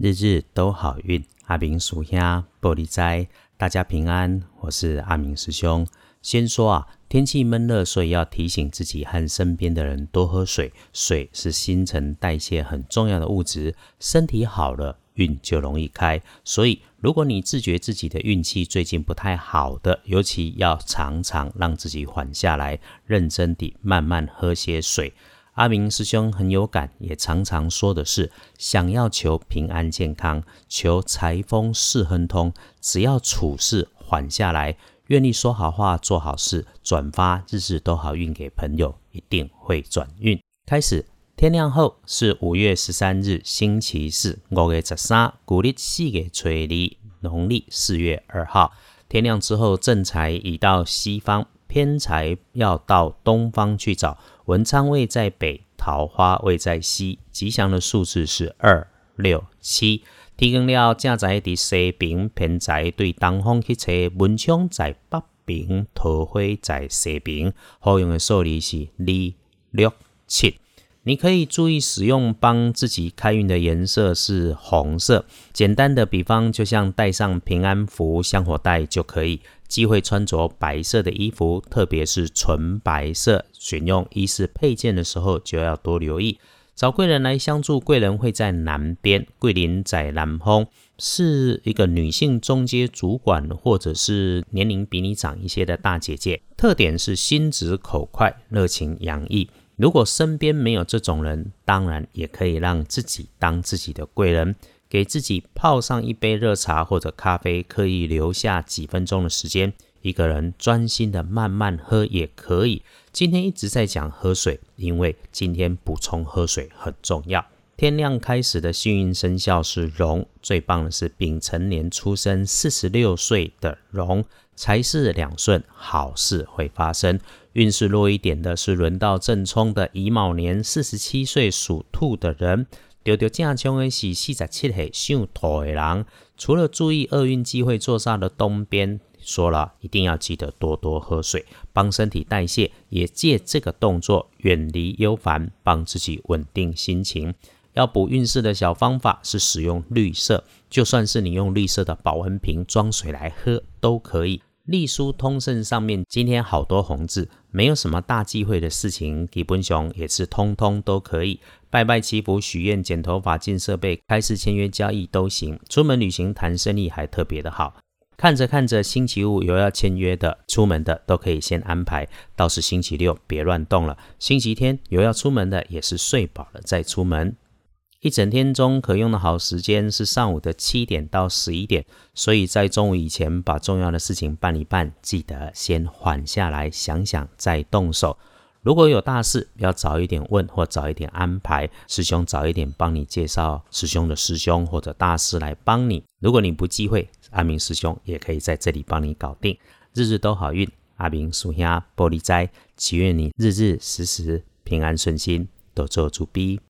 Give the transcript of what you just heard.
日日都好运，阿明属兄玻璃斋，大家平安，我是阿明师兄。先说天气闷热，所以要提醒自己和身边的人多喝水。水是新陈代谢很重要的物质，身体好了，运就容易开。所以如果你自觉自己的运气最近不太好的，尤其要常常让自己缓下来，认真地慢慢喝些水。阿明师兄很有感，也常常说的是，想要求平安健康，求财丰事亨通，只要处事缓下来，愿意说好话做好事，转发日日都好运给朋友，一定会转运。开始，天亮后是5月13日星期四，5月13，古历4月初2，农历4月2号。天亮之后，正财移到西方，偏财要到东方去找。文昌位在北，桃花位在西，吉祥的数字是2、6、7。天光了，正财在西边，偏财对东方去找。文昌在北边，桃花在西边。好用的数字是2、6、7。你可以注意使用帮自己开运的颜色是红色，简单的比方就像戴上平安符、香火带就可以。忌讳穿着白色的衣服，特别是纯白色。选用衣饰配件的时候就要多留意。找贵人来相助，贵人会在南边，贵人在南方，是一个女性中阶主管，或者是年龄比你长一些的大姐姐。特点是心直口快，热情洋溢。如果身边没有这种人，当然也可以让自己当自己的贵人，给自己泡上一杯热茶或者咖啡，刻意留下几分钟的时间，一个人专心的慢慢喝也可以。今天一直在讲喝水，因为今天补充喝水很重要。天亮开始的幸运生肖是龙，最棒的是丙辰年出生46岁的龙，财势两顺，好事会发生。运势弱一点的是轮到正冲的乙卯年47岁属兔的人。丢正冲的是47岁属兔的人。除了注意厄运机会坐煞的东边，说了一定要记得多多喝水，帮身体代谢，也借这个动作远离忧烦，帮自己稳定心情。要补运势的小方法是使用绿色，就算是你用绿色的保温瓶装水来喝都可以。隶书通胜上面今天好多红字，没有什么大忌讳的事情，基本上也是通通都可以。拜拜祈福、许愿、剪头发、进设备、开市签约交易都行。出门旅行谈生意还特别的好。看着看着星期五有要签约的、出门的都可以先安排，倒是星期六别乱动了。星期天有要出门的也是睡饱了再出门。一整天中可用的好时间是上午的7点到11点，所以在中午以前把重要的事情办一办，记得先缓下来想想再动手。如果有大事要早一点问或早一点安排，师兄早一点帮你介绍师兄的师兄或者大师来帮你。如果你不忌讳，阿明师兄也可以在这里帮你搞定。日日都好运，阿明属兄玻璃斋，祈愿你日日时时平安顺心，多做主逼。